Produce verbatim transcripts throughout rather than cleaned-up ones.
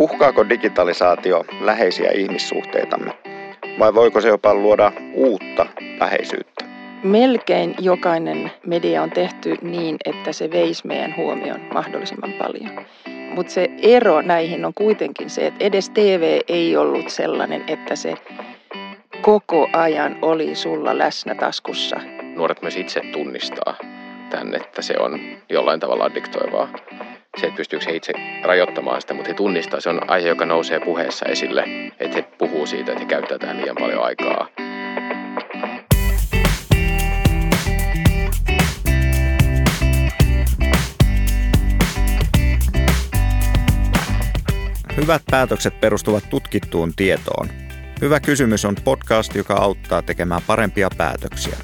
Uhkaako digitalisaatio läheisiä ihmissuhteitamme? Vai voiko se jopa luoda uutta läheisyyttä? Melkein jokainen media on tehty niin, että se veisi meidän huomion mahdollisimman paljon. Mutta se ero näihin on kuitenkin se, että edes T V ei ollut sellainen, että se koko ajan oli sulla läsnä taskussa. Nuoret myös itse tunnistaa tämän, että se on jollain tavalla addiktoivaa. Se, että pystyykö he itse rajoittamaan sitä, mutta he tunnistaa. Se on aihe, joka nousee puheessa esille, että he puhuu siitä, että he käyttää tähän liian paljon aikaa. Hyvät päätökset perustuvat tutkittuun tietoon. Hyvä kysymys on podcast, joka auttaa tekemään parempia päätöksiä.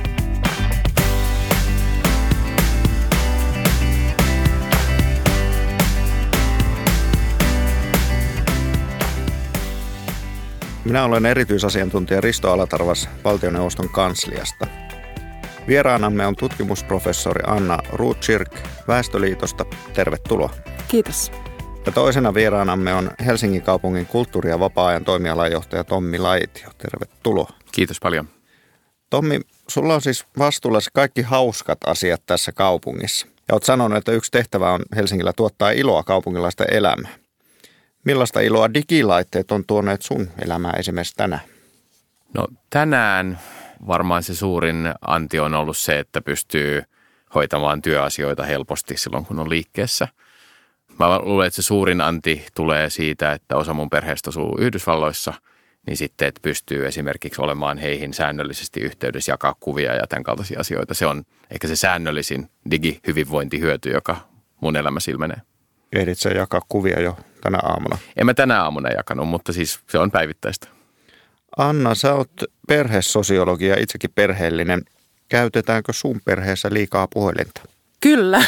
Minä olen erityisasiantuntija Risto Alatarvas valtioneuvoston kansliasta. Vieraanamme on tutkimusprofessori Anna Rotkirch Väestöliitosta. Tervetuloa. Kiitos. Ja toisena vieraanamme on Helsingin kaupungin kulttuuri- ja vapaa-ajan toimialajohtaja Tommi Laitio. Tervetuloa. Kiitos paljon. Tommi, sulla on siis vastuulla kaikki hauskat asiat tässä kaupungissa. Ja olet sanonut, että yksi tehtävä on Helsingillä tuottaa iloa kaupunkilaisten elämään. Millaista iloa digilaitteet on tuoneet sun elämään esimerkiksi tänään? No tänään varmaan se suurin anti on ollut se, että pystyy hoitamaan työasioita helposti silloin, kun on liikkeessä. Mä luulen, että se suurin anti tulee siitä, että osa mun perheestä asuu Yhdysvalloissa, niin sitten, että pystyy esimerkiksi olemaan heihin säännöllisesti yhteydessä, jakaa kuvia ja tämän kaltaisia asioita. Se on ehkä se säännöllisin digihyvinvointihyöty, joka mun elämässä ilmenee. Ehdit sä jakaa kuvia jo tänä aamuna? En mä tänä aamuna jakanut, mutta siis se on päivittäistä. Anna, sä oot perhesosiologi ja itsekin perheellinen. Käytetäänkö sun perheessä liikaa puhelinta? Kyllä.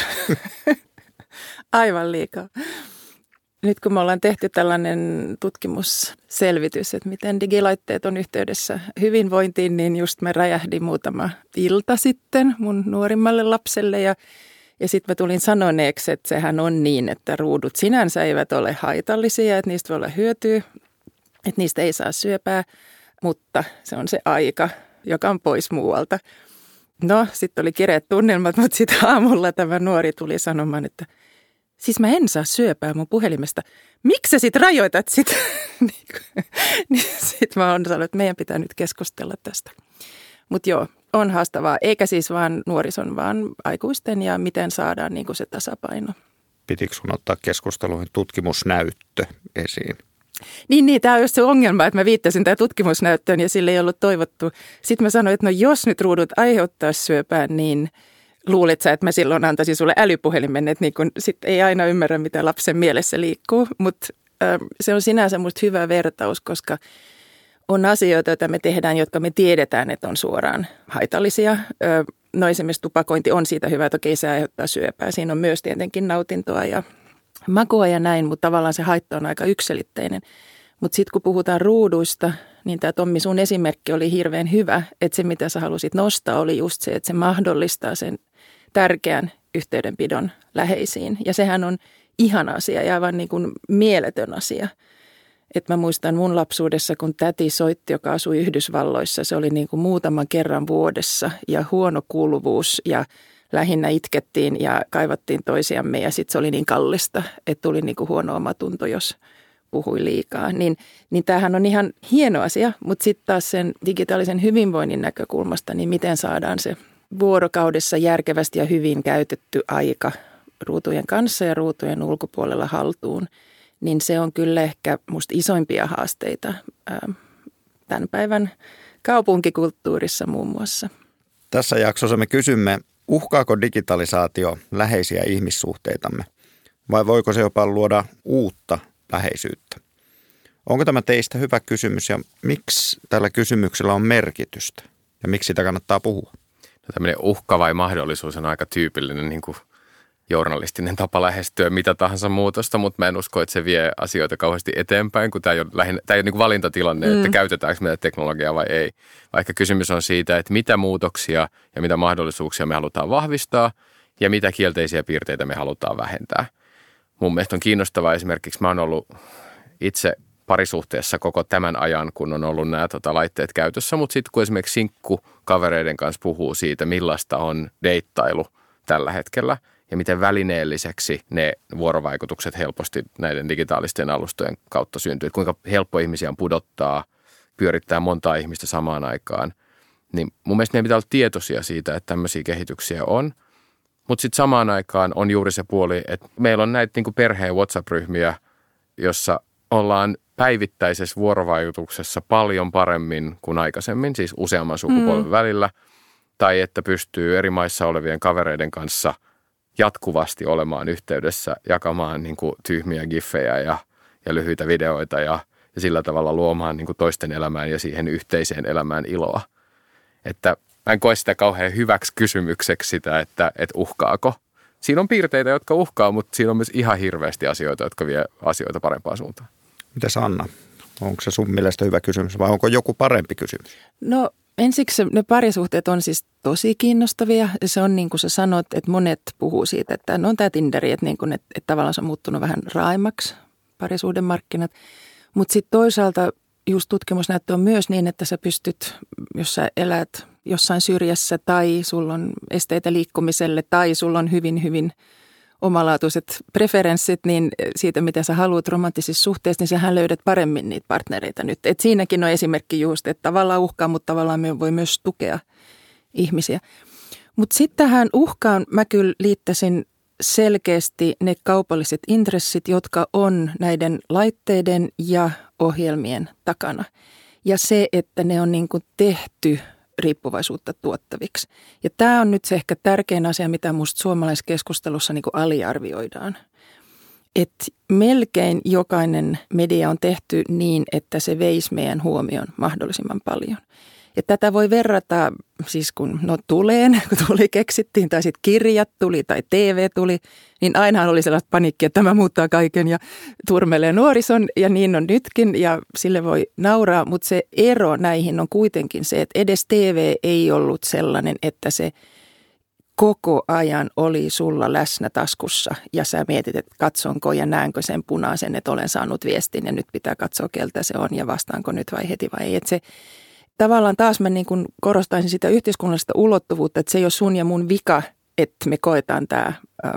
Aivan liikaa. Nyt kun me ollaan tehty tällainen tutkimusselvitys, että miten digilaitteet on yhteydessä hyvinvointiin, niin just me räjähdin muutama ilta sitten mun nuorimmalle lapselle ja Ja sitten mä tulin sanoneeksi, että sehän on niin, että ruudut sinänsä eivät ole haitallisia, että niistä voi olla hyötyä, että niistä ei saa syöpää, mutta se on se aika, joka on pois muualta. No, sitten oli kireät tunnelmat, mutta sitten aamulla tämä nuori tuli sanomaan, että siis mä en saa syöpää mun puhelimesta. Miksi sä sit rajoitat sitä? niin sitten mä oon sanonut, että meidän pitää nyt keskustella tästä. Mutta joo. On haastavaa, eikä siis vaan nuorison, vaan aikuisten ja miten saadaan niin kuin se tasapaino. Pitikö sun ottaa keskusteluihin tutkimusnäyttö esiin? Niin, niin, tämä on just se ongelma, että mä viittasin tähän tutkimusnäyttöön ja sille ei ollut toivottu. Sitten mä sanoin, että no jos nyt ruudut aiheuttaa syöpää, niin luulet sä, että mä silloin antaisin sulle älypuhelimen, että niin kun sit ei aina ymmärrä, mitä lapsen mielessä liikkuu. Mutta äh, se on sinänsä musta hyvä vertaus, koska on asioita, joita me tehdään, jotka me tiedetään, että on suoraan haitallisia. No esimerkiksi tupakointi on siitä hyvä, että okei, se aiheuttaa syöpää. Siinä on myös tietenkin nautintoa ja makua ja näin, mutta tavallaan se haitta on aika yksiselitteinen. Mutta sitten kun puhutaan ruuduista, niin tämä Tommi, sun esimerkki oli hirveän hyvä, että se mitä sä halusit nostaa oli just se, että se mahdollistaa sen tärkeän yhteydenpidon läheisiin. Ja sehän on ihana asia ja aivan niin kuin mieletön asia. Että mä muistan mun lapsuudessa, kun täti soitti, joka asui Yhdysvalloissa, se oli niin kuin muutaman kerran vuodessa ja huono kuuluvuus ja lähinnä itkettiin ja kaivattiin toisiamme ja sitten se oli niin kallista, että tuli niin kuin huono omatunto, jos puhui liikaa. Niin, niin tämähän on ihan hieno asia, mutta sitten taas sen digitaalisen hyvinvoinnin näkökulmasta, niin miten saadaan se vuorokaudessa järkevästi ja hyvin käytetty aika ruutujen kanssa ja ruutujen ulkopuolella haltuun. Niin se on kyllä ehkä musta isoimpia haasteita ää, tämän päivän kaupunkikulttuurissa muun muassa. Tässä jaksossa me kysymme, uhkaako digitalisaatio läheisiä ihmissuhteitamme vai voiko se jopa luoda uutta läheisyyttä? Onko tämä teistä hyvä kysymys ja miksi tällä kysymyksellä on merkitystä ja miksi sitä kannattaa puhua? No tämmöinen uhka vai mahdollisuus on aika tyypillinen niin kuin journalistinen tapa lähestyä mitä tahansa muutosta, mutta mä en usko, että se vie asioita kauheasti eteenpäin, kun tämä ei ole, lähinnä, tämä ei ole niin kuin valintatilanne, mm. että käytetäänkö meitä teknologiaa vai ei. Vaikka kysymys on siitä, että mitä muutoksia ja mitä mahdollisuuksia me halutaan vahvistaa ja mitä kielteisiä piirteitä me halutaan vähentää. mun mielestä on kiinnostavaa esimerkiksi, mä oon ollut itse parisuhteessa koko tämän ajan, kun on ollut nämä tota, laitteet käytössä, mutta sitten kun esimerkiksi sinkku kavereiden kanssa puhuu siitä, millaista on deittailu tällä hetkellä ja miten välineelliseksi ne vuorovaikutukset helposti näiden digitaalisten alustojen kautta syntyy, että kuinka helppo ihmisiä on pudottaa, pyörittää montaa ihmistä samaan aikaan, niin mun mielestä meidän pitää olla tietoisia siitä, että tämmöisiä kehityksiä on, mutta sitten samaan aikaan on juuri se puoli, että meillä on näitä niin kuin perheen WhatsApp-ryhmiä, jossa ollaan päivittäisessä vuorovaikutuksessa paljon paremmin kuin aikaisemmin, siis useamman sukupolven mm. välillä, tai että pystyy eri maissa olevien kavereiden kanssa jatkuvasti olemaan yhteydessä, jakamaan niin kuin tyhmiä giffejä ja, ja lyhyitä videoita ja, ja sillä tavalla luomaan niin kuin toisten elämään ja siihen yhteiseen elämään iloa. Että mä en koe sitä kauhean hyväksi kysymykseksi sitä, että, että uhkaako. Siinä on piirteitä, jotka uhkaa, mutta siinä on myös ihan hirveästi asioita, jotka vie asioita parempaan suuntaan. Mitäs Anna? Onko se sun mielestä hyvä kysymys vai onko joku parempi kysymys? No ensiksi ne parisuhteet on siis tosi kiinnostavia. Se on niin kuin sä sanot, että monet puhuu siitä, että no on tämä Tinderi, että, niin kuin, että, että tavallaan se on muuttunut vähän raaimmaksi parisuhdemarkkinat. Mutta sitten toisaalta just tutkimusnäyttö on myös niin, että sä pystyt, jos sä elät jossain syrjässä tai sulla on esteitä liikkumiselle tai sulla on hyvin, hyvin omalaatuiset preferenssit, niin siitä, mitä sä haluat romanttisissa suhteissa, niin sähän löydät paremmin niitä partnereita nyt. Et siinäkin on esimerkki just, että tavallaan uhkaa, mutta tavallaan voi myös tukea ihmisiä. Mutta sitten tähän uhkaan mä kyllä liittäisin selkeästi ne kaupalliset intressit, jotka on näiden laitteiden ja ohjelmien takana. Ja se, että ne on niin kuin tehty riippuvaisuutta tuottaviksi. Ja tämä on nyt se ehkä tärkein asia, mitä musta suomalaisessa keskustelussa niin kuin aliarvioidaan. Että melkein jokainen media on tehty niin, että se veisi meidän huomioon mahdollisimman paljon. Ja tätä voi verrata, siis kun no tuleen, kun tuli keksittiin, tai sitten kirjat tuli, tai T V tuli, niin ainahan oli sellaista paniikkia, että tämä muuttaa kaiken ja turmelee nuorison, ja niin on nytkin, ja sille voi nauraa, mutta se ero näihin on kuitenkin se, että edes T V ei ollut sellainen, että se koko ajan oli sulla läsnä taskussa, ja sä mietit, että katsonko ja näenkö sen punaisen, että olen saanut viestin, ja nyt pitää katsoa, keltä se on, ja vastaanko nyt vai heti vai ei, että se tavallaan taas mä niin kuin korostaisin sitä yhteiskunnallista ulottuvuutta, että se ei ole sun ja mun vika, että me koetaan tämä äh,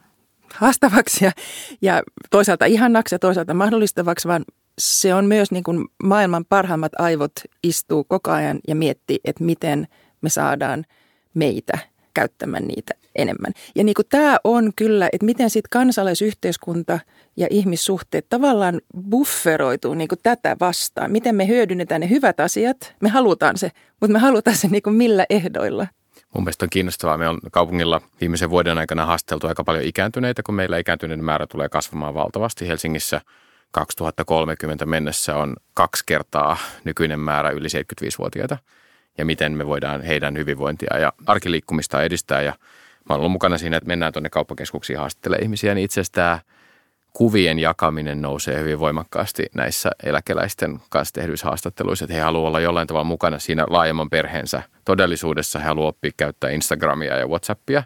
haastavaksi ja, ja toisaalta ihanaksi ja toisaalta mahdollistavaksi, vaan se on myös niin kuin maailman parhaimmat aivot istuu koko ajan ja miettii, että miten me saadaan meitä käyttämään niitä enemmän. Ja niin kuin tämä on kyllä, että miten sitten kansalaisyhteiskunta ja ihmissuhteet tavallaan bufferoituu niin kuin tätä vastaan. Miten me hyödynnetään ne hyvät asiat. Me halutaan se, mutta me halutaan se niin kuin millä ehdoilla. Mun mielestä on kiinnostavaa. Me on kaupungilla viimeisen vuoden aikana haasteltu aika paljon ikääntyneitä, kun meillä ikääntyneiden määrä tulee kasvamaan valtavasti. Helsingissä kaksituhattakolmekymmentä mennessä on kaksi kertaa nykyinen määrä yli seitsemänkymmentäviisivuotiaita. Ja miten me voidaan heidän hyvinvointia ja arkiliikkumista edistää. Ja mä oon ollut mukana siinä, että mennään tuonne kauppakeskuksiin haastattelemaan ihmisiä, niin itse asiassa tämä kuvien jakaminen nousee hyvin voimakkaasti näissä eläkeläisten kanssa tehdyissä haastatteluissa, että he haluavat olla jollain tavalla mukana siinä laajemman perheensä. Todellisuudessa he haluavat oppia käyttää Instagramia ja WhatsAppia.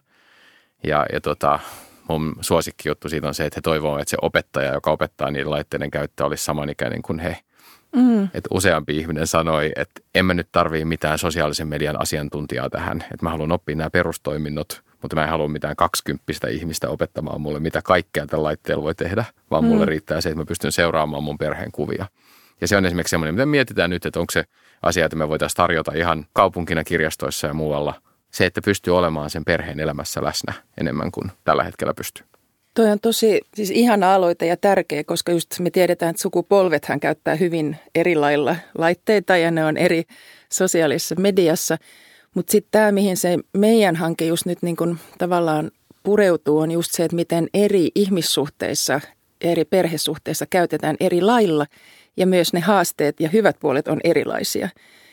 Ja, ja tota, mun suosikkijuttu siitä on se, että he toivovat, että se opettaja, joka opettaa niiden laitteiden käyttöä, olisi samanikäinen kuin he. Mm. Että useampi ihminen sanoi, että en mä nyt tarvii mitään sosiaalisen median asiantuntijaa tähän. Että mä haluan oppia nämä perustoiminnot, mutta mä en halua mitään kaksikymppistä ihmistä opettamaan mulle, mitä kaikkea tällä laitteella voi tehdä. Vaan mm. mulle riittää se, että mä pystyn seuraamaan mun perheen kuvia. Ja se on esimerkiksi semmoinen, mitä mietitään nyt, että onko se asia, että me voitaisiin tarjota ihan kaupunkina, kirjastoissa ja muualla. Se, että pystyy olemaan sen perheen elämässä läsnä enemmän kuin tällä hetkellä pystyy. Toi on tosi siis ihana aloite ja tärkeä, koska just me tiedetään, että sukupolvethan käyttää hyvin eri lailla laitteita ja ne on eri sosiaalisessa mediassa. Mutta sitten tämä, mihin se meidän hanke just nyt niin kun tavallaan pureutuu, on just se, että miten eri ihmissuhteissa, eri perhesuhteissa käytetään eri lailla ja myös ne haasteet ja hyvät puolet on erilaisia.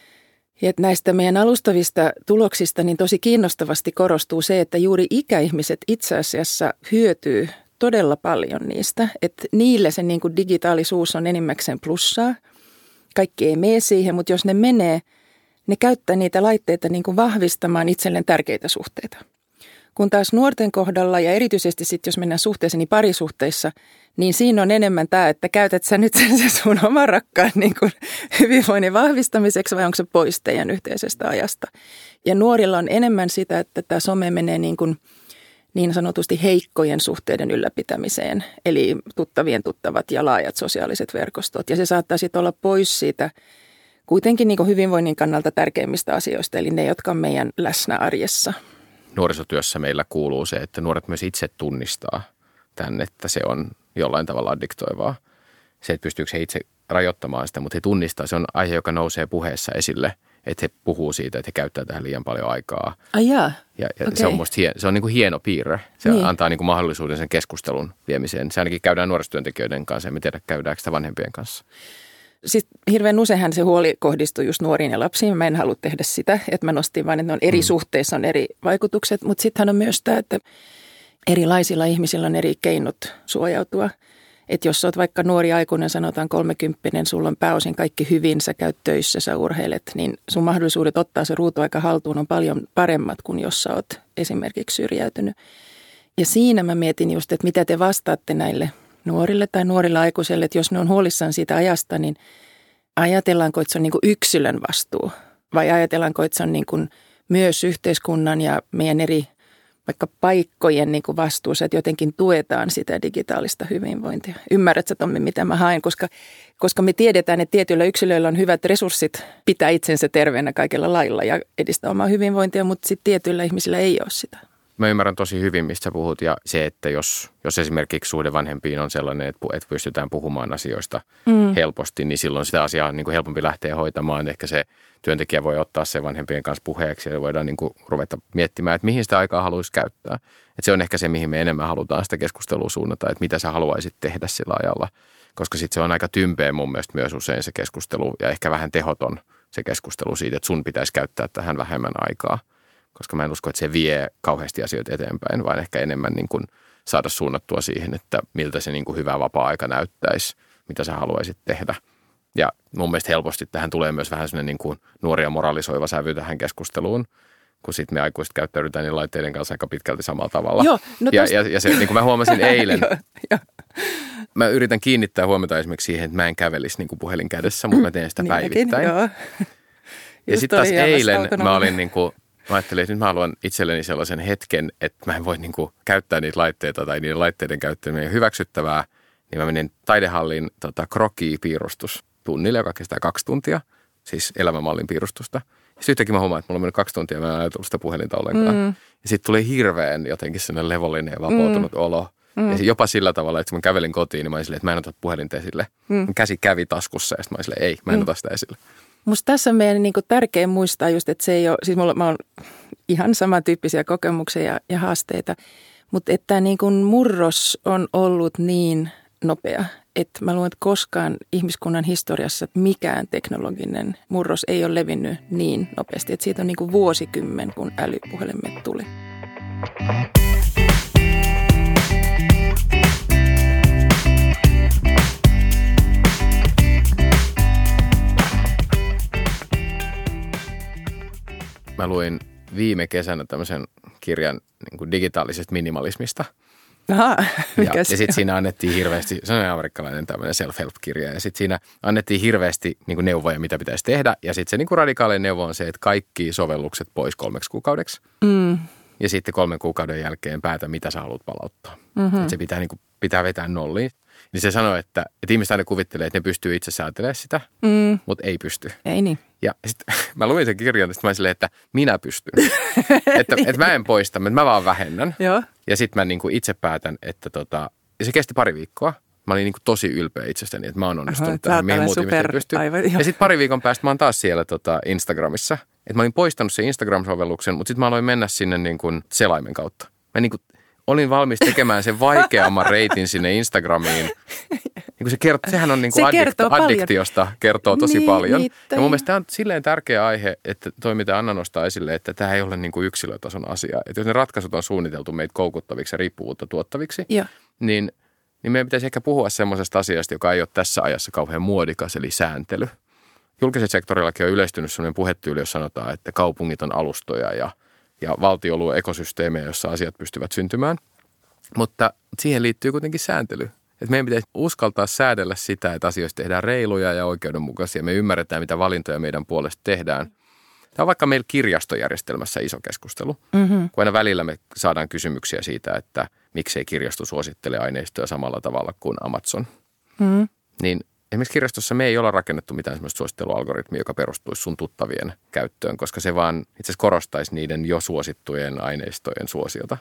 Ja että näistä meidän alustavista tuloksista niin tosi kiinnostavasti korostuu se, että juuri ikäihmiset itse asiassa hyötyy todella paljon niistä. Että niille se niin kuin digitaalisuus on enimmäkseen plussaa. Kaikki ei mene siihen, mutta jos ne menee, ne käyttää niitä laitteita niin kuin vahvistamaan itselleen tärkeitä suhteita. Kun taas nuorten kohdalla ja erityisesti sitten, jos mennään suhteeseen, niin parisuhteissa, niin siinä on enemmän tämä, että käytät sä nyt sen sun oman rakkaan niin kuin hyvinvoinnin vahvistamiseksi vai onko se pois teidän yhteisestä ajasta. Ja nuorilla on enemmän sitä, että tämä some menee niin kuin niin sanotusti heikkojen suhteiden ylläpitämiseen, eli tuttavien tuttavat ja laajat sosiaaliset verkostot. Ja se saattaa sitten olla pois siitä kuitenkin niin kuin hyvinvoinnin kannalta tärkeimmistä asioista, eli ne, jotka on meidän läsnä arjessa. Nuorisotyössä meillä kuuluu se, että nuoret myös itse tunnistaa tämän, että se on jollain tavalla addiktoivaa. Se, että pystyykö he itse rajoittamaan sitä, mutta he tunnistaa. Se on aihe, joka nousee puheessa esille, että he puhuu siitä, että he käyttää tähän liian paljon aikaa. Ai jaa. Ja, ja okay. se on musta hien, se on niin kuin hieno piirre. Se niin. antaa niin kuin mahdollisuuden sen keskustelun viemiseen. Se ainakin käydään nuorisotyöntekijöiden kanssa, en tiedä käydäänkö sitä vanhempien kanssa. Siis hirveän useinhan se huoli kohdistuu just nuoriin ja lapsiin. Mä en halua tehdä sitä, että mä nostin vain, että ne on eri mm. suhteissa, on eri vaikutukset. Mutta sittenhän on myös tämä, että erilaisilla ihmisillä on eri keinot suojautua. Että jos olet vaikka nuori aikuinen, sanotaan kolmekymppinen, sulla on pääosin kaikki hyvin, sä käyt töissä, sä urheilet, niin sun mahdollisuudet ottaa se ruutuaika haltuun on paljon paremmat kuin jos sä oot esimerkiksi syrjäytynyt. Ja siinä mä mietin just, että mitä te vastaatte näille nuorille tai nuorille aikuisille, että jos ne on huolissaan siitä ajasta, niin ajatellaanko, että se on niin kuin yksilön vastuu vai ajatellaanko, että se on niin kuin myös yhteiskunnan ja meidän eri vaikka paikkojen niin kuin vastuussa, että jotenkin tuetaan sitä digitaalista hyvinvointia. Ymmärrätkö, Tommi, mitä mä haen? Koska, koska me tiedetään, että tietyillä yksilöillä on hyvät resurssit pitää itsensä terveenä kaikilla lailla ja edistää omaa hyvinvointia, mutta sitten tietyillä ihmisillä ei ole sitä. Mä ymmärrän tosi hyvin, mistä sä puhut, ja se, että jos, jos esimerkiksi suhde vanhempiin on sellainen, että, että pystytään puhumaan asioista mm. helposti, niin silloin sitä asiaa on niin kuin helpompi lähteä hoitamaan. Ehkä se työntekijä voi ottaa sen vanhempien kanssa puheeksi ja voidaan niin kuin ruveta miettimään, että mihin sitä aikaa haluaisi käyttää. Että se on ehkä se, mihin me enemmän halutaan sitä keskustelua suunnata, että mitä sä haluaisit tehdä sillä ajalla. Koska sitten se on aika tympeä mun mielestä myös usein se keskustelu ja ehkä vähän tehoton se keskustelu siitä, että sun pitäisi käyttää tähän vähemmän aikaa. Koska mä en usko, että se vie kauheasti asioita eteenpäin, vaan ehkä enemmän niin kuin saada suunnattua siihen, että miltä se niin kuin hyvä vapaa-aika näyttäisi, mitä sä haluaisit tehdä. Ja mun mielestä helposti tähän tulee myös vähän sellainen niin kuin nuoria moralisoiva sävy tähän keskusteluun, kun sitten me aikuiset käyttäydytään niin laitteiden kanssa aika pitkälti samalla tavalla. Joo, no ja, ja, ja se, niin kuin mä huomasin eilen, jo, jo. mä yritän kiinnittää huomiota esimerkiksi siihen, että mä en kävelisi niin kuin puhelin kädessä, mutta mä teen sitä päivittäin. Joo. Ja sitten taas eilen mä olin niin kuin mä ajattelin, että nyt mä haluan itselleni sellaisen hetken, että mä en voi niin kuin käyttää niitä laitteita tai niiden laitteiden käyttäminen on hyväksyttävää. Niin mä menin taidehallin tota, kroki-piirustustunnille, joka kestää kaksi tuntia, siis elämänmallin piirustusta. Ja sittenkin mä huomaan, että mulla on mennyt kaksi tuntia ja mä en ajatellut sitä puhelinta ollenkaan. Mm. Ja sitten tuli hirveän jotenkin sellainen levollinen ja vapautunut mm. olo. Mm. Ja jopa sillä tavalla, että kun mä kävelin kotiin, niin mä olin silleen, että mä en ota puhelinta esille. Mm. Käsi kävi taskussa ja sitten mä olin silleen, ei, mä en mm. ota sitä esille. Musta tässä on meidän niin kuin tärkein muistaa just, että se ei ole, siis mulla, mä oon ihan samantyyppisiä kokemuksia ja, ja haasteita, mutta että tämä niin kuin murros on ollut niin nopea, että mä luulen, että koskaan ihmiskunnan historiassa mikään teknologinen murros ei ole levinnyt niin nopeasti, että siitä on niin kuin vuosikymmen, kun älypuhelimet tuli. Mä luin viime kesänä tämmöisen kirjan niin kuin digitaalisesta minimalismista. Aha, ja, ja sitten siinä annettiin hirveästi, se on amerikkalainen tämmöinen self-help-kirja, ja sitten siinä annettiin hirveästi niin kuin neuvoja, mitä pitäisi tehdä. Ja sitten se niin kuin radikaalein neuvo on se, että kaikki sovellukset pois kolmeksi kuukaudeksi. Mm. Ja sitten kolmen kuukauden jälkeen päätä, mitä sä haluat palauttaa. Mm-hmm. Että se pitää, niin kuin, pitää vetää nolliin. Niin se sanoi, että, että ihmiset aina kuvittelee, että ne pystyy itse säätelemään sitä, mm. mutta ei pysty. Ei niin. Ja sitten mä luin sen kirjan, ja sitten mä olin silleen, että minä pystyn. että, että mä en poista, mutta mä vaan vähennän. Joo. Ja sitten mä niin kuin itse päätän, että tota, ja se kesti pari viikkoa. Mä olin niin kuin tosi ylpeä itsestäni, että mä oon onnistunut Aha, tähän, mihin muut ihmiset ei pysty. Aivan, ja sitten pari viikon päästä mä oon taas siellä tota Instagramissa. Että mä olin poistanut sen Instagram-sovelluksen, mutta sitten mä aloin mennä sinne niin kuin selaimen kautta. Mä niin kuin olin valmis tekemään sen vaikeamman reitin sinne Instagramiin. Niin se kertoo, sehän on niin kuin se addikt- addiktiosta kertoo tosi niin, paljon. Niin, ja mun mielestä tämä on silleen tärkeä aihe, että toi mitä Anna nostaa esille, että tämä ei ole niin kuin yksilötason asia. Että jos ne ratkaisut on suunniteltu meitä koukuttaviksi ja riippuvuutta tuottaviksi, niin, niin meidän pitäisi ehkä puhua semmoisesta asiasta, joka ei ole tässä ajassa kauhean muodikas, eli sääntely. Julkisen sektorillakin on yleistynyt sellainen puhetyyli, jos sanotaan, että kaupungit on alustoja ja ja valtio luo ekosysteemejä, jossa asiat pystyvät syntymään. Mutta siihen liittyy kuitenkin sääntely. Et meidän pitäisi uskaltaa säädellä sitä, että asioista tehdään reiluja ja oikeudenmukaisia. Me ymmärretään, mitä valintoja meidän puolesta tehdään. Tämä on vaikka meillä kirjastojärjestelmässä iso keskustelu. Mm-hmm. Kun aina välillä me saadaan kysymyksiä siitä, että miksei kirjasto suosittele aineistoja samalla tavalla kuin Amazon. Mm-hmm. Niin esimerkiksi kirjastossa me ei olla rakennettu mitään sellaista suosittelualgoritmia, joka perustuisi sun tuttavien käyttöön, koska se vaan itse asiassa korostaisi niiden jo suosittujen aineistojen suosiota.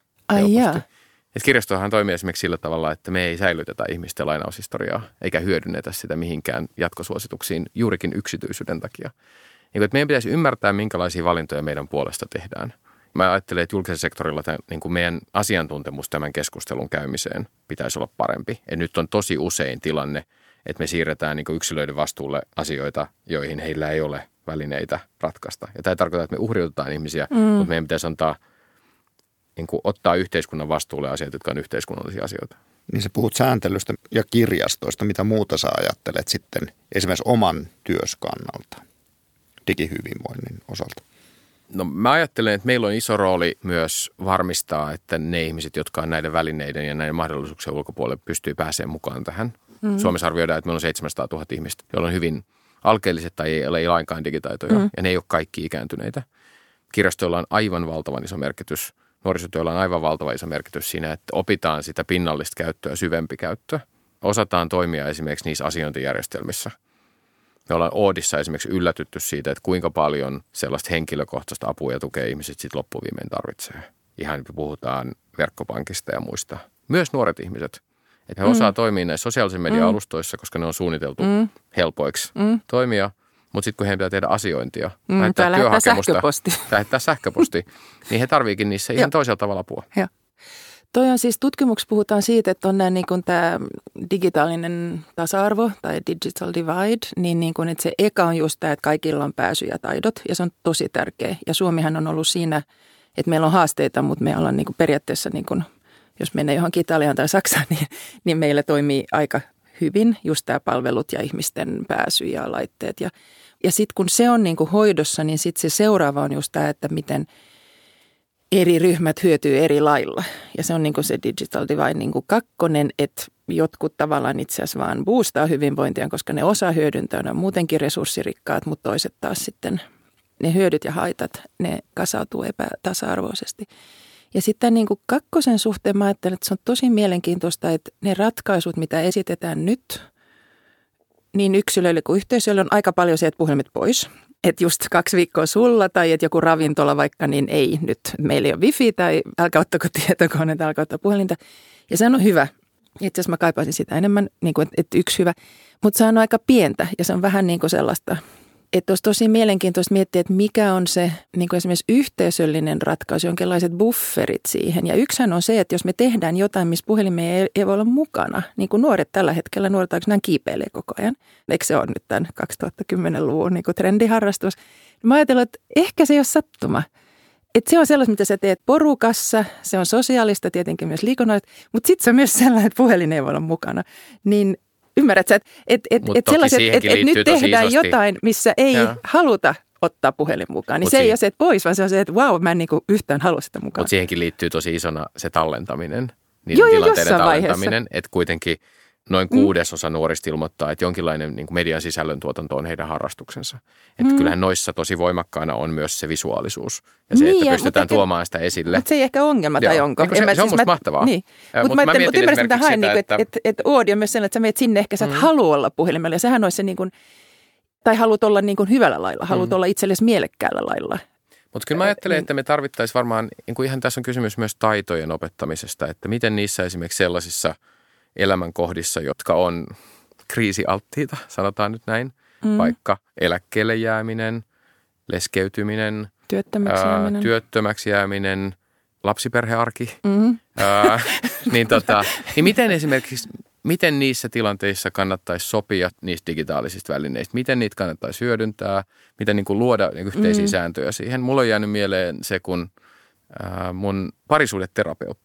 Ai jaa. Et kirjastohan toimii esimerkiksi sillä tavalla, että me ei säilytetä ihmisten lainaushistoriaa eikä hyödynnetä sitä mihinkään jatkosuosituksiin juurikin yksityisyyden takia. Niin, että meidän pitäisi ymmärtää, minkälaisia valintoja meidän puolesta tehdään. Mä ajattelen, että julkisella sektorilla tämän, niin kuin meidän asiantuntemus tämän keskustelun käymiseen pitäisi olla parempi. Et nyt on tosi usein tilanne, että me siirretään niin kuin yksilöiden vastuulle asioita, joihin heillä ei ole välineitä ratkaista. Ja tämä ei tarkoita, että me uhriutetaan ihmisiä, mm. mutta meidän pitäisi antaa, niin kuin ottaa yhteiskunnan vastuulle asiat, jotka on yhteiskunnallisia asioita. Niin sä puhut sääntelystä ja kirjastoista. Mitä muuta sä ajattelet sitten esimerkiksi oman työs kannalta digihyvinvoinnin osalta? No mä ajattelen, että meillä on iso rooli myös varmistaa, että ne ihmiset, jotka on näiden välineiden ja näiden mahdollisuuksien ulkopuolelle, pystyy pääsemään mukaan tähän. Mm-hmm. Suomessa arvioidaan, että meillä on seitsemänsataatuhatta ihmistä, joilla on hyvin alkeelliset tai ei ole ei lainkaan digitaitoja, mm-hmm. ja ne ei ole kaikki ikääntyneitä. Kirjastoilla on aivan valtavan iso merkitys. Nuorisotyöllä on aivan valtava iso merkitys siinä, että opitaan sitä pinnallista käyttöä, syvempi käyttöä. Osataan toimia esimerkiksi niissä asiointijärjestelmissä. Me ollaan Oodissa esimerkiksi yllätytty siitä, että kuinka paljon sellaista henkilökohtaista apua ja tukea ihmiset sitten loppuviimein tarvitsee. Ihan puhutaan verkkopankista ja muista. Myös nuoret ihmiset. Että he mm. osaa toimia näissä sosiaalisen median alustoissa, koska ne on suunniteltu mm. helpoiksi mm. toimia. Mutta sitten kun heidän pitää tehdä asiointia, mm, lähettää tai työhakemusta, sähköposti. lähettää sähköposti, niin he tarviikin niissä ihan toisella tavalla apua. Joo. Toi on siis tutkimuksessa puhutaan siitä, että on niin kuin tämä digitaalinen tasa-arvo tai digital divide, niin, niin kuin, että se eka on just tämä, että kaikilla on pääsy ja taidot ja se on tosi tärkeä. Ja Suomihan on ollut siinä, että meillä on haasteita, mutta me ollaan niin kuin periaatteessa, niin kuin, jos menee johonkin Italiaan tai Saksaan, niin, niin meillä toimii aika hyvin just tämä palvelut ja ihmisten pääsy ja laitteet. Ja, ja sitten kun se on niin kuin hoidossa, niin sitten se seuraava on just tämä, että miten eri ryhmät hyötyy eri lailla. Ja se on niin kuin se digital divide niin kuin kakkonen, että jotkut tavallaan itse asiassa vaan boostaa hyvinvointia, koska ne osaa hyödyntää, ne on muutenkin resurssirikkaat, mutta toiset taas sitten ne hyödyt ja haitat, ne kasautuu epätasa-arvoisesti. Ja sitten niin kuin kakkosen suhteen mä ajattelen, että se on tosi mielenkiintoista, että ne ratkaisut, mitä esitetään nyt, niin yksilöille kuin yhteisöille on aika paljon se, että puhelimet pois. Että just kaksi viikkoa sulla tai että joku ravintola vaikka, niin ei nyt. Meillä ei ole wifi tai älkää ottako tietokoneita, älkää ottaa puhelinta. Ja se on hyvä. Itse asiassa mä kaipaisin sitä enemmän, niin kuin, että yksi hyvä. Mutta se on aika pientä ja se on vähän niin kuin sellaista, että olisi tosi mielenkiintoista miettiä, että mikä on se niin kuin esimerkiksi yhteisöllinen ratkaisu, jonkinlaiset bufferit siihen. Ja yksihän on se, että jos me tehdään jotain, missä puhelimia ei, ei voi olla mukana, niin kuin nuoret tällä hetkellä, nuoret aika kiipeilee koko ajan. Eikö se ole nyt tämän kaksituhattakymmenluvun niin kuin trendiharrastus? Mä ajattelen, että ehkä se ei ole sattuma. Että se on sellaista, mitä sä teet porukassa, se on sosiaalista, tietenkin myös liikunnallista, mutta sitten se on myös sellainen, että puhelin ei voi olla mukana. Niin ymmärrät sä, että et, et, et sellaiset, että et nyt tehdään isosti jotain, missä ei ja. haluta ottaa puhelin mukaan, niin Mut se siihen, ei ole se, että pois, vaan se on se, että vau, mä en niinku yhtään halua sitä mukaan. Mutta siihenkin liittyy tosi isona se tallentaminen, niiden Joo, tilanteiden tallentaminen, vaiheessa. Että kuitenkin noin kuudesosa mm. nuorista ilmoittaa, että jonkinlainen niin kuin median sisällön tuotanto on heidän harrastuksensa. Että mm. kyllähän noissa tosi voimakkaana on myös se visuaalisuus ja se, niin, että pystytään mutta tuomaan sitä esille. Mutta se ei ehkä ongelma, tai Joo. onko? Se, se, se on siis musta mahtavaa. Niin. Mutta Mut mä, mä mietin ymmärsin, mitä hain, sitä, että et, et Oodi on myös sellainen, että sä meet sinne, ehkä sä et mm. halua olla puhelimella. Ja sehän olisi se, niin kuin, tai haluat olla niin kuin hyvällä lailla, haluat mm. olla itsellesi mielekkäällä lailla. Mutta kyllä mä ajattelen, että me tarvittaisiin varmaan, niin kuin ihan tässä on kysymys myös taitojen opettamisesta, että miten niissä esimerkiksi sellaisissa elämänkohdissa, jotka on kriisialttiita, sanotaan nyt näin, mm. vaikka eläkkeelle jääminen, leskeytyminen, työttömäksi jääminen, ää, työttömäksi jääminen lapsiperhearki, mm. ää, niin, tota, niin miten esimerkiksi, miten niissä tilanteissa kannattaisi sopia niistä digitaalisista välineistä, miten niitä kannattaisi hyödyntää, miten niin kuin luoda niin kuin yhteisiä mm. sääntöjä siihen. Mulla on jäänyt mieleen se, kun ää, mun parisuhdeterapeutti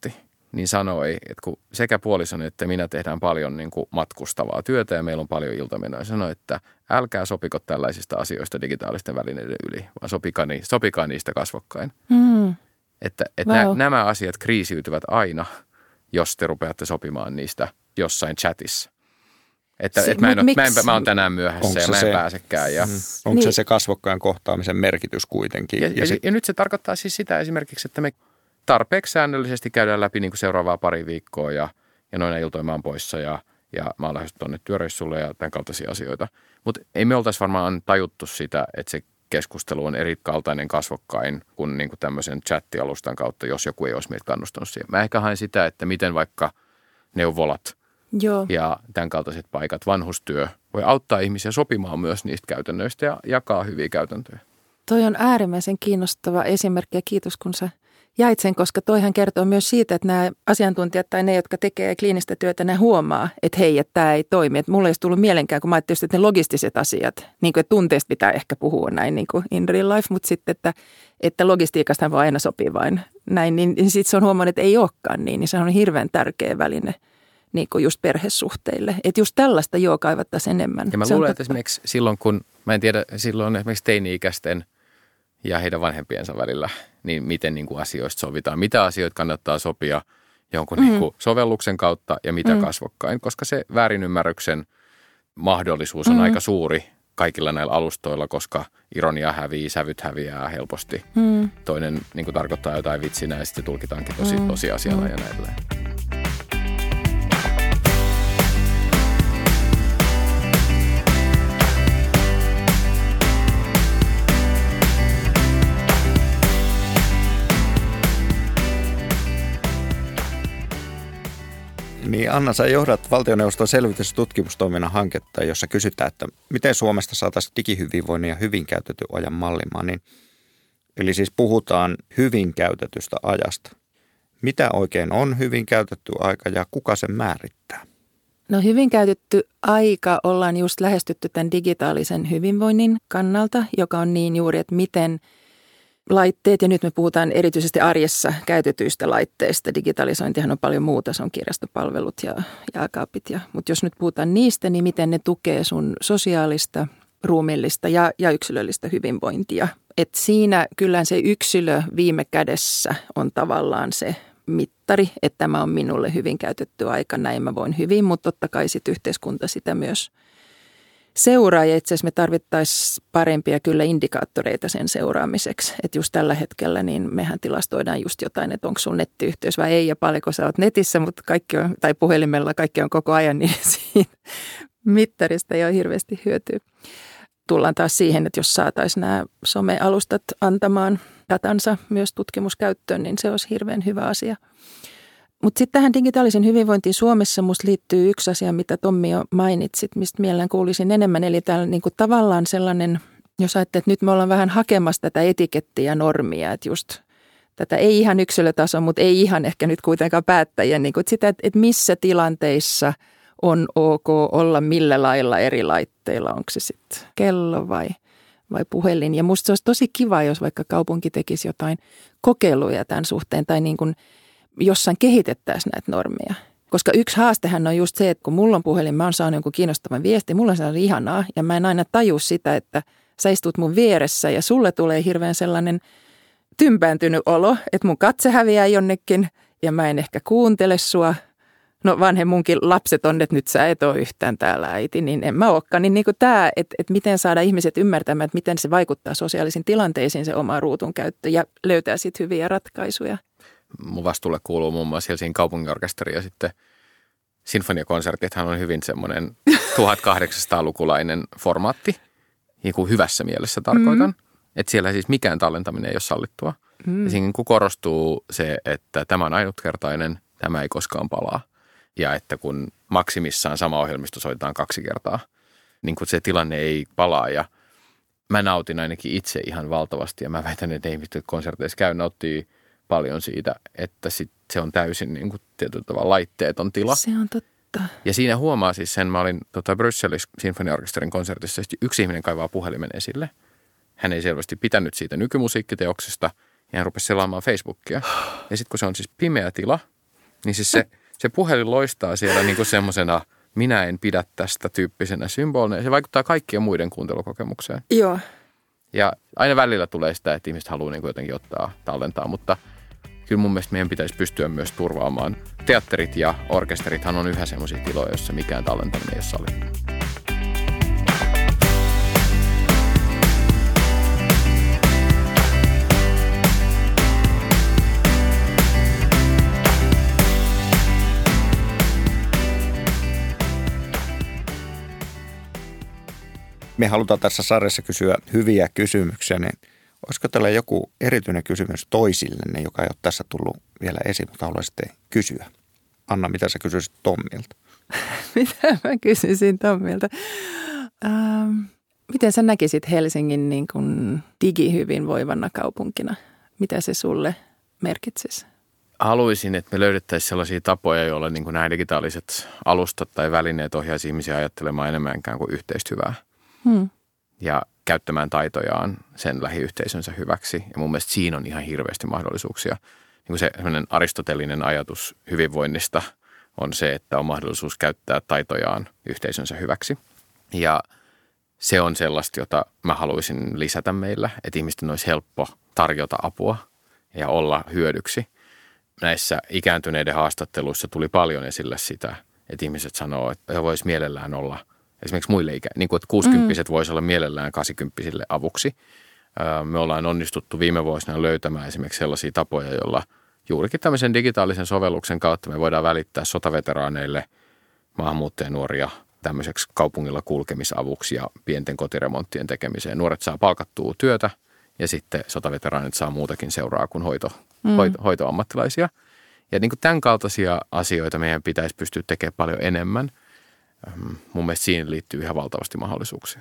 niin sanoi, että kun sekä puolisoni että minä tehdään paljon niin kuin matkustavaa työtä ja meillä on paljon iltamenoja, sanoi, että älkää sopiko tällaisista asioista digitaalisten välineiden yli, vaan sopikaa, ni, sopikaa niistä kasvokkain. Mm. Että, että wow. nä, nämä asiat kriisiytyvät aina, jos te rupeatte sopimaan niistä jossain chatissa. Että si- et mä, en ole, mä, en, mä oon tänään myöhässä ja mä en se, pääsekään. Ja, mm, onko niin. se se kasvokkain kohtaamisen merkitys kuitenkin? Ja, ja, ja, sit, ja nyt se tarkoittaa siis sitä esimerkiksi, että me tarpeeksi säännöllisesti käydään läpi niin kuin seuraavaa pari viikkoa ja, ja noina iltoja mä oon poissa ja, ja mä oon lähes tuonne työreissulle ja tämän kaltaisia asioita. Mutta ei me oltaisi varmaan tajuttu sitä, että se keskustelu on eri kaltainen kasvokkain kuin, niin kuin tämmöisen chattialustan kautta, jos joku ei olisi meitä kannustanut siihen. Mä ehkä haen sitä, että miten vaikka neuvolat Joo. ja tämän kaltaiset paikat, vanhustyö, voi auttaa ihmisiä sopimaan myös niistä käytännöistä ja jakaa hyviä käytäntöjä. Toi on äärimmäisen kiinnostava esimerkki ja kiitos kun sä jäit sen, koska toihan kertoo myös siitä, että nämä asiantuntijat tai ne, jotka tekee kliinistä työtä, nämä huomaa, että hei, että tämä ei toimi. Että mulle ei olisi tullut mielenkään, kun mä ajattelin, että ne logistiset asiat, niin kuin, että tunteista pitää ehkä puhua näin niin kuin in real life, mutta sitten, että, että logistiikasta voi aina sopii vain näin, niin, niin sitten se on huomannut, että ei olekaan niin, niin se on hirveän tärkeä väline niin kuin just perhesuhteille. Että just tällaista joo kaivattaisiin enemmän. Ja mä luulen, että esimerkiksi silloin, kun, mä en tiedä, silloin esimerkiksi teini-ikäisten ja heidän vanhempiensa välillä, niin miten niin kuin asioista sovitaan. Mitä asioita kannattaa sopia jonkun mm. niin kuin sovelluksen kautta ja mitä mm. kasvokkain, koska se väärinymmärryksen mahdollisuus on mm. aika suuri kaikilla näillä alustoilla, koska ironia hävii, sävyt häviää helposti. Mm. Toinen niin kuin tarkoittaa jotain vitsinä ja sitten tulkitaankin tosi, mm. tosiasiana mm. ja näin edelleen. Niin Anna, sä johdat valtioneuvoston selvitys- ja tutkimustoiminnan hanketta, jossa kysytään, että miten Suomesta saataisiin digihyvinvoinnin ja hyvin käytetyn ajan mallimaan. Niin, eli siis puhutaan hyvin käytetystä ajasta. Mitä oikein on hyvin käytetty aika ja kuka sen määrittää? No hyvin käytetty aika ollaan just lähestytty tämän digitaalisen hyvinvoinnin kannalta, joka on niin juuri, että miten laitteet, ja nyt me puhutaan erityisesti arjessa käytetyistä laitteista. Digitalisointihan on paljon muuta, se on kirjastopalvelut ja jääkaapit. Ja, mutta jos nyt puhutaan niistä, niin miten ne tukee sun sosiaalista, ruumiillista ja, ja yksilöllistä hyvinvointia. Et siinä kyllä se yksilö viime kädessä on tavallaan se mittari, että tämä on minulle hyvin käytetty aika, näin mä voin hyvin, mutta totta kai sitten yhteiskunta sitä myös seuraa, ja itse asiassa me tarvittaisiin parempia kyllä indikaattoreita sen seuraamiseksi. Että just tällä hetkellä niin mehän tilastoidaan just jotain, että onko sun nettiyhteys vai ei ja paljonko sä oot netissä, mutta kaikki on, tai puhelimella kaikki on koko ajan, niin siitä mittarista ei ole hirveästi hyötyä. Tullaan taas siihen, että jos saataisiin nämä somealustat antamaan datansa myös tutkimuskäyttöön, niin se olisi hirveän hyvä asia. Mutta sitten tähän digitaalisen hyvinvointiin Suomessa musta liittyy yksi asia, mitä Tommi jo mainitsit, mistä mielellään kuulisin enemmän. Eli täällä niinku tavallaan sellainen, jos ajattelet, että nyt me ollaan vähän hakemassa tätä etikettiä ja normia, että just tätä ei ihan yksilötason, mutta ei ihan ehkä nyt kuitenkaan päättäjien, niin että sitä, että missä tilanteissa on ok olla millä lailla eri laitteilla, onko se sitten kello vai, vai puhelin. Ja musta se olisi tosi kiva, jos vaikka kaupunki tekisi jotain kokeiluja tämän suhteen tai niin kuin jossain kehitettäisiin näitä normeja. Koska yksi haastehan on just se, että kun mulla on puhelin, mä oon saanut jonkun kiinnostavan viesti, mulla on sellainen ihanaa ja mä en aina taju sitä, että sä istut mun vieressä ja sulle tulee hirveän sellainen tympääntynyt olo, että mun katse häviää jonnekin ja mä en ehkä kuuntele sua. No vanhen munkin lapset on, että nyt sä et ole yhtään täällä äiti, niin en mä olekaan. Niin, niin kuin tämä, että, että miten saada ihmiset ymmärtämään, että miten se vaikuttaa sosiaalisiin tilanteisiin se oma ruutun käyttö ja löytää sitten hyviä ratkaisuja. Mun vastuulle kuuluu muun muassa Helsingin kaupunginorkesteri ja sitten sinfoniakonsertithan on hyvin semmoinen tuhatkahdeksansataalukulainen formaatti, niin kuin hyvässä mielessä tarkoitan. Mm. Että siellä siis mikään tallentaminen ei ole sallittua. Mm. Ja siinä korostuu se, että tämä on ainutkertainen, tämä ei koskaan palaa. Ja että kun maksimissaan sama ohjelmisto soitetaan kaksi kertaa, niin kun se tilanne ei palaa. Ja mä nautin ainakin itse ihan valtavasti ja mä väitän, että ihmiset, jotka konserteissa käy, nauttii paljon siitä, että sit se on täysin niin kuin tietyllä tavalla laitteeton tila. Se on totta. Ja siinä huomaa siis sen, mä olin tota, Brysselissä sinfoniaorkesterin konsertissa, yksi ihminen kaivaa puhelimen esille. Hän ei selvästi pitänyt siitä nykymusiikkiteoksesta ja hän rupesi selaamaan Facebookia. Ja sitten kun se on siis pimeä tila Niin siis se, se puhelin loistaa siellä niin kuin semmoisena minä en pidä tästä tyyppisenä symbolina. Ja se vaikuttaa kaikkien muiden kuuntelukokemukseen. Joo. Ja aina välillä tulee sitä, että ihmiset haluaa niin kuin jotenkin ottaa, tallentaa, mutta kyllä mun mielestä meidän pitäisi pystyä myös turvaamaan. Teatterit ja orkesterithan on yhä semmoisia tiloja, joissa mikään tallentaminen ei ole sallittu. Me halutaan tässä sarjassa kysyä hyviä kysymyksiä, niin olisiko teillä joku erityinen kysymys toisillenne, joka ei ole tässä tullut vielä esiin, mutta haluaisitte kysyä? Anna, mitä sä kysyisit Tommilta? Mitä mä kysyisin Tommilta? Ähm, miten sä näkisit Helsingin niin kuin digihyvinvoivana kaupunkina? Mitä se sulle merkitsisi? Haluaisin, että me löydettäisiin sellaisia tapoja, joilla niin kuin nämä digitaaliset alustat tai välineet ohjaisi ihmisiä ajattelemaan enemmänkään kuin yhteistä hyvää. Hmm. Ja käyttämään taitojaan sen lähiyhteisönsä hyväksi. Ja mun mielestä siinä on ihan hirveästi mahdollisuuksia. Niin kuin se sellainen aristotelinen ajatus hyvinvoinnista on se, että on mahdollisuus käyttää taitojaan yhteisönsä hyväksi. Ja se on sellaista, jota mä haluaisin lisätä meillä, että ihmisten olisi helppo tarjota apua ja olla hyödyksi. Näissä ikääntyneiden haastatteluissa tuli paljon esille sitä, että ihmiset sanoo, että he vois mielellään olla esimerkiksi muille ikä, niin kuin että kuusikymppiset mm. voisi olla mielellään kahdeksankymppisille avuksi. Me ollaan onnistuttu viime vuosina löytämään esimerkiksi sellaisia tapoja, joilla juurikin tämmöisen digitaalisen sovelluksen kautta me voidaan välittää sotaveteraaneille maahanmuuttajanuoria tämmöiseksi kaupungilla kulkemisavuksi ja pienten kotiremonttien tekemiseen. Nuoret saa palkattua työtä ja sitten sotaveteraanit saa muutakin seuraa kuin hoito, mm. hoito, hoitoammattilaisia. Ja niin kuin tämän kaltaisia asioita meidän pitäisi pystyä tekemään paljon enemmän. Mun mielestä siinä liittyy ihan valtavasti mahdollisuuksia.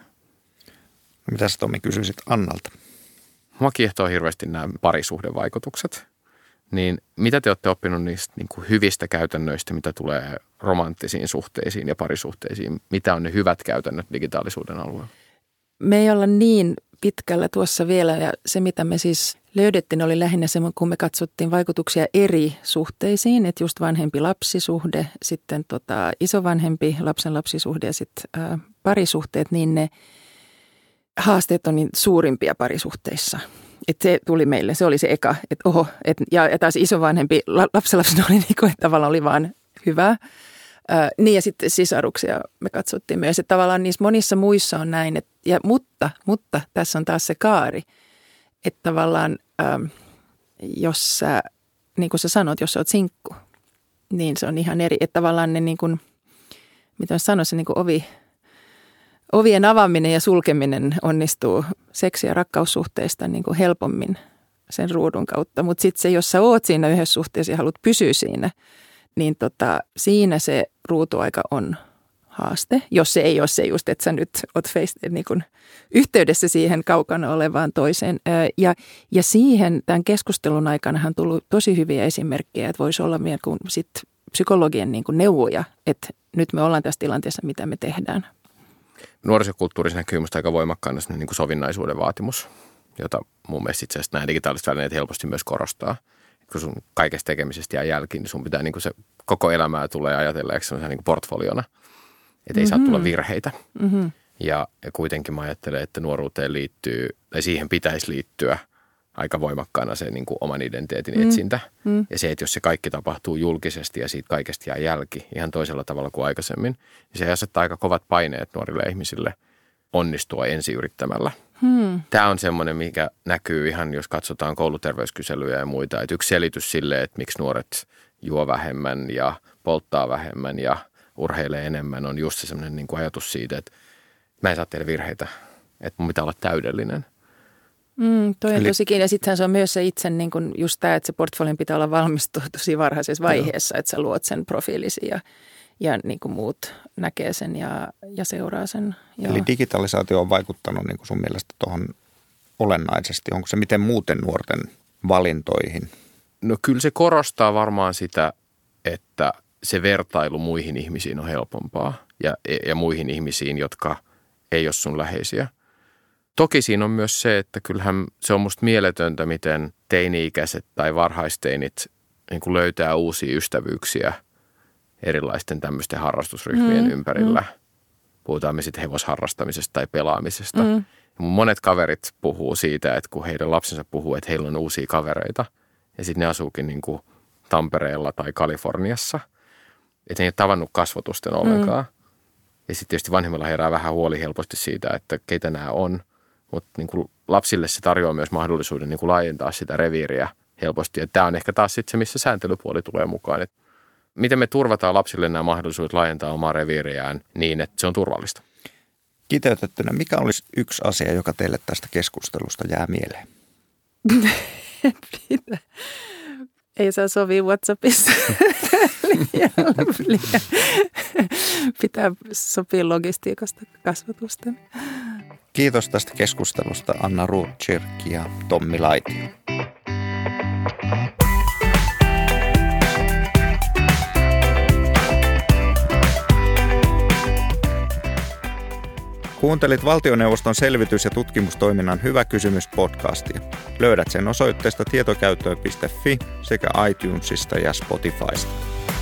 Mitä sä Tommi kysyisit Annalta? Mua kiehtoo hirveästi nämä parisuhdevaikutukset. Niin mitä te olette oppinut niistä niin kuin hyvistä käytännöistä, mitä tulee romanttisiin suhteisiin ja parisuhteisiin? Mitä on ne hyvät käytännöt digitaalisuuden alueella? Me ei olla niin pitkällä tuossa vielä ja se mitä me siis löydettiin oli lähinnä se, kun me katsottiin vaikutuksia eri suhteisiin, että just vanhempi-lapsisuhde, sitten tota isovanhempi lapsen lapsisuhde ja sitten ä, parisuhteet, niin ne haasteet on niin suurimpia parisuhteissa. Että se tuli meille, se oli se eka, että oho, et, ja, ja taas isovanhempi lapsenlapsen oli niin kuin, että tavallaan oli vaan hyvää. Ää, niin ja sitten sisaruksia me katsottiin myös, että tavallaan niissä monissa muissa on näin, että, ja, mutta, mutta tässä on taas se kaari, että tavallaan ää, jos sä, niin kuin sä sanot, jos sä oot sinkku, niin se on ihan eri, että tavallaan ne niin kuin, mitä mä sanoisin, niin kuin ovi, ovien avaaminen ja sulkeminen onnistuu seksi- ja rakkaussuhteista niin kuin helpommin sen ruudun kautta. Mutta sitten se, jos sä oot siinä yhdessä suhteessa ja haluat pysyä siinä, niin tota, siinä se ruutuaika on haaste. Jos se ei ole se just, että sä nyt oot face, niin kuin yhteydessä siihen kaukana olevaan toiseen. Ja, ja siihen tämän keskustelun aikana on tullut tosi hyviä esimerkkejä, että voisi olla vielä kuin sit psykologien niin kuin neuvoja, että nyt me ollaan tässä tilanteessa, mitä me tehdään. Nuorisokulttuurissa näkyy minusta aika voimakkaana niin kuin sovinnaisuuden vaatimus, jota mun mielestä itse asiassa nämä digitaaliset välineet helposti myös korostaa. Kun sun kaikesta tekemisestä jää jälkiin, niin sun pitää niin kuin se koko elämää tulee ajatella, eikö se on niin kuin portfoliona, että ei mm-hmm. saa tulla virheitä. Mm-hmm. Ja, ja kuitenkin mä ajattelen, että nuoruuteen liittyy, tai siihen pitäisi liittyä aika voimakkaana se niin kuin oman identiteetin mm-hmm. etsintä. Mm-hmm. Ja se, että jos se kaikki tapahtuu julkisesti ja siitä kaikesta jää jälki ihan toisella tavalla kuin aikaisemmin, niin se asettaa aika kovat paineet nuorille ihmisille onnistua ensi yrittämällä. Hmm. Tämä on semmoinen, mikä näkyy ihan, jos katsotaan kouluterveyskyselyjä ja muita. Että yksi selitys sille, että miksi nuoret juo vähemmän ja polttaa vähemmän ja urheilee enemmän, on just se semmoinen niin kuin ajatus siitä, että mä en saa tehdä virheitä, että mun pitää olla täydellinen. Mm, toi on Eli... tosikin. Ja sittenhän se on myös se itse niin kuin just tämä, että se portfolion pitää olla valmistunut tosi varhaisessa vaiheessa, no. Että sä luot sen profiilisi ja, ja niin kuin muut näkee sen ja, ja seuraa sen. Joo. Eli digitalisaatio on vaikuttanut niin kuin sun mielestä tuohon olennaisesti. Onko se miten muuten nuorten valintoihin? No kyllä se korostaa varmaan sitä, että se vertailu muihin ihmisiin on helpompaa ja, ja muihin ihmisiin, jotka ei ole sun läheisiä. Toki siinä on myös se, että kyllähän se on musta mieletöntä, miten teini-ikäiset tai varhaisteinit niin kuin löytää uusia ystävyyksiä erilaisten tämmöisten harrastusryhmien mm, ympärillä. Mm. Puhutaan me sitten hevosharrastamisesta tai pelaamisesta. Mm. Mun monet kaverit puhuu siitä, että kun heidän lapsensa puhuu, että heillä on uusia kavereita ja sitten ne asuukin niin kuin Tampereella tai Kaliforniassa. Että ne ei ole tavannut kasvotusten ollenkaan. Mm. Ja sitten tietysti vanhemmilla herää vähän huoli helposti siitä, että keitä nämä on. Mutta niin kuin lapsille se tarjoaa myös mahdollisuuden niin kuin laajentaa sitä reviiriä helposti. Ja tämä on ehkä taas sitten se, missä sääntelypuoli tulee mukaan. Et miten me turvataan lapsille nämä mahdollisuudet laajentaa omaa reviiriään niin, että se on turvallista? Kiteytettynä, mikä olisi yksi asia, joka teille tästä keskustelusta jää mieleen? Pitää. Ei saa sovia WhatsAppissa. Pitää sopia logistiikasta kasvatusten. Kiitos tästä keskustelusta Anna Rotkirch ja Tommi Laitio. Kuuntelit valtioneuvoston selvitys- ja tutkimustoiminnan Hyvä kysymys -podcastia. Löydät sen osoitteesta tietokäyttöön piste fi sekä iTunesista ja Spotifysta.